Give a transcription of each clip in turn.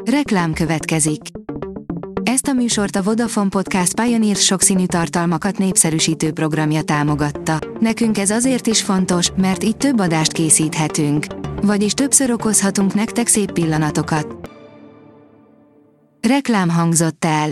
Reklám következik. Ezt a műsort a Vodafone Podcast Pioneer sokszínű tartalmakat népszerűsítő programja támogatta. Nekünk ez azért is fontos, mert így több adást készíthetünk. Vagyis többször okozhatunk nektek szép pillanatokat. Reklám hangzott el.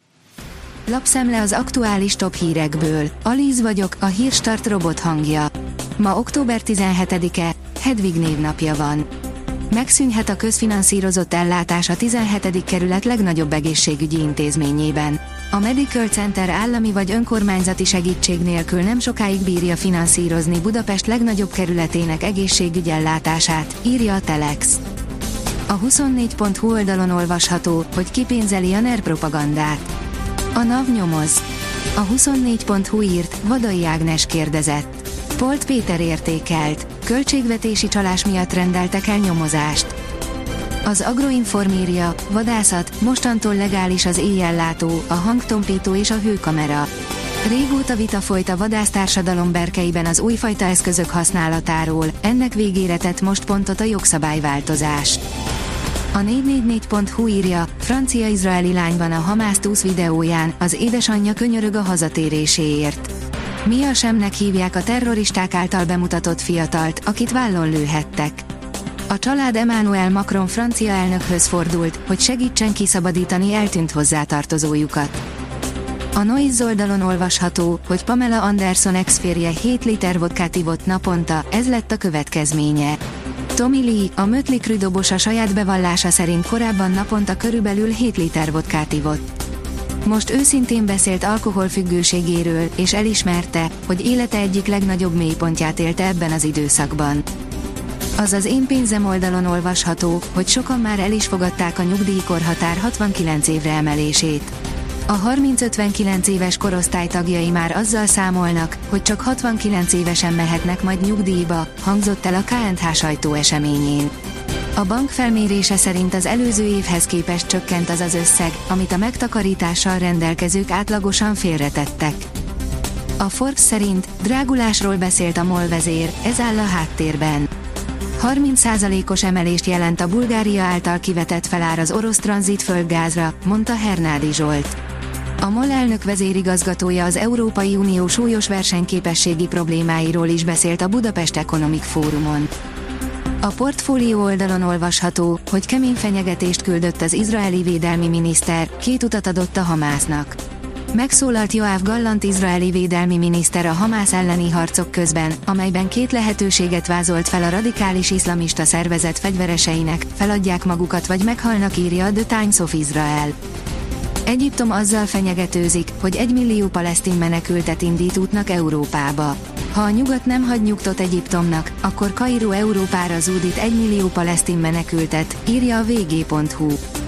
Lapszemle az aktuális top hírekből. Alíz vagyok, a Hírstart robot hangja. Ma október 17-e, Hedvig névnapja van. Megszűnhet a közfinanszírozott ellátás a 17. kerület legnagyobb egészségügyi intézményében. A Medical Center állami vagy önkormányzati segítség nélkül nem sokáig bírja finanszírozni Budapest legnagyobb kerületének egészségügyi ellátását, írja a Telex. A 24.hu oldalon olvasható, hogy ki pénzeli a NER propagandát. A NAV nyomoz. A 24.hu írt, Vadai Ágnes kérdezett. Polt Péter értékelt. Költségvetési csalás miatt rendeltek el nyomozást. Az Agroinform írja, vadászat, mostantól legális az éjjellátó, a hangtompító és a hőkamera. Régóta vita folyt a vadásztársadalom berkeiben az újfajta eszközök használatáról, ennek végére tett most pontot a jogszabályváltozás. A 444.hu írja, francia-izraeli lány van a Hamász túsz videóján, az édesanyja könyörög a hazatéréséért. Mia Semnek hívják a terroristák által bemutatott fiatalt, akit vállon lőhettek. A család Emmanuel Macron francia elnökhöz fordult, hogy segítsen kiszabadítani eltűnt hozzátartozójukat. A Noise oldalon olvasható, hogy Pamela Anderson ex-férje 7 liter vodkát ivott naponta, ez lett a következménye. Tommy Lee, a Mötley Crüe dobosa saját bevallása szerint korábban naponta körülbelül 7 liter vodkát ivott. Most őszintén beszélt alkoholfüggőségéről, és elismerte, hogy élete egyik legnagyobb mélypontját élte ebben az időszakban. Az Én pénzem oldalon olvasható, hogy sokan már el is fogadták a nyugdíjkorhatár 69 évre emelését. A 30-59 éves korosztály tagjai már azzal számolnak, hogy csak 69 évesen mehetnek majd nyugdíjba, hangzott el a KNH sajtóeseményén. A bank felmérése szerint az előző évhez képest csökkent az összeg, amit a megtakarítással rendelkezők átlagosan félretettek. A Forbes szerint drágulásról beszélt a MOL vezér, ez áll a háttérben. 30%-os emelést jelent a Bulgária által kivetett felár az orosz tranzit földgázra, mondta Hernádi Zsolt. A MOL elnök vezérigazgatója az Európai Unió súlyos versenyképességi problémáiról is beszélt a Budapest Economic Fórumon. A portfólió oldalon olvasható, hogy kemény fenyegetést küldött az izraeli védelmi miniszter, 2 utat adott a Hamásznak. Megszólalt Joáv Gallant izraeli védelmi miniszter a Hamász elleni harcok közben, amelyben 2 lehetőséget vázolt fel a radikális iszlamista szervezet fegyvereseinek, feladják magukat vagy meghalnak, írja a The Times of Israel. Egyiptom azzal fenyegetőzik, hogy 1 millió palesztin menekültet indít útnak Európába. Ha a nyugat nem hagy nyugtot Egyiptomnak, akkor Kairó Európára zúdít 1 millió palesztin menekültet, írja a vg.hu.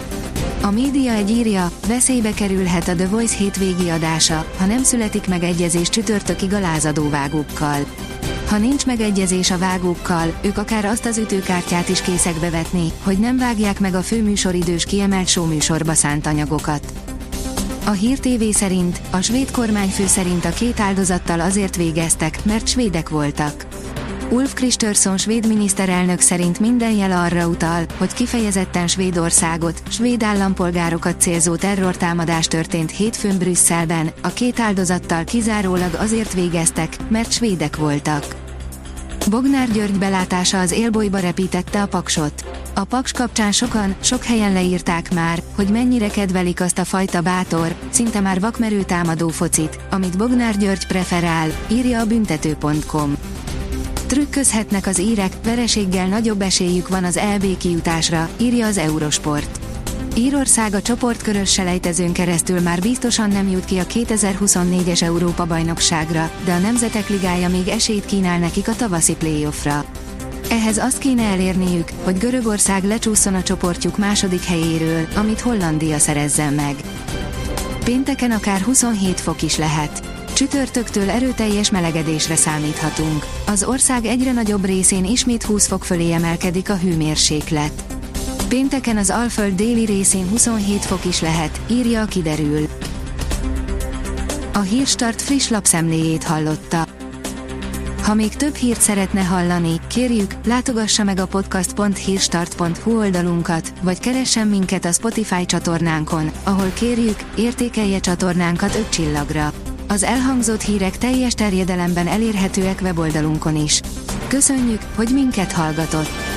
A Média egy írja, veszélybe kerülhet a The Voice hétvégi adása, ha nem születik megegyezés csütörtökig a lázadóvágókkal. Ha nincs megegyezés a vágókkal, ők akár azt az ütőkártyát is készek bevetni, hogy nem vágják meg a főműsoridős kiemelt showműsorba szánt anyagokat. A Hír TV szerint, a svéd kormányfő szerint a 2 áldozattal azért végeztek, mert svédek voltak. Ulf Kristersson svéd miniszterelnök szerint minden jel arra utal, hogy kifejezetten Svédországot, svéd állampolgárokat célzó terrortámadás történt hétfőn Brüsszelben, a 2 áldozattal kizárólag azért végeztek, mert svédek voltak. Bognár György belátása az élbolyba repítette a Paksot. A Paks kapcsán sokan, sok helyen leírták már, hogy mennyire kedvelik azt a fajta bátor, szinte már vakmerő támadó focit, amit Bognár György preferál, írja a büntető.com. Trükközhetnek az írek, vereséggel nagyobb esélyük van az EB kijutásra, írja az Eurosport. Írország a csoportkörös selejtezőn keresztül már biztosan nem jut ki a 2024-es Európa-bajnokságra, de a Nemzetek Ligája még esélyt kínál nekik a tavaszi playoffra. Ehhez azt kéne elérniük, hogy Görögország lecsúszson a csoportjuk második helyéről, amit Hollandia szerezzen meg. Pénteken akár 27 fok is lehet. Csütörtöktől erőteljes melegedésre számíthatunk. Az ország egyre nagyobb részén ismét 20 fok fölé emelkedik a hőmérséklet. Pénteken az Alföld déli részén 27 fok is lehet, írja a Kiderül. A Hírstart friss lapszemléjét hallotta. Ha Ha még több hírt szeretne hallani, kérjük, látogassa meg a podcast.hírstart.hu oldalunkat, vagy keressen minket a Spotify csatornánkon, ahol kérjük, értékelje csatornánkat 5 csillagra. Az elhangzott hírek teljes terjedelemben elérhetőek weboldalunkon is. Köszönjük, hogy minket hallgatott!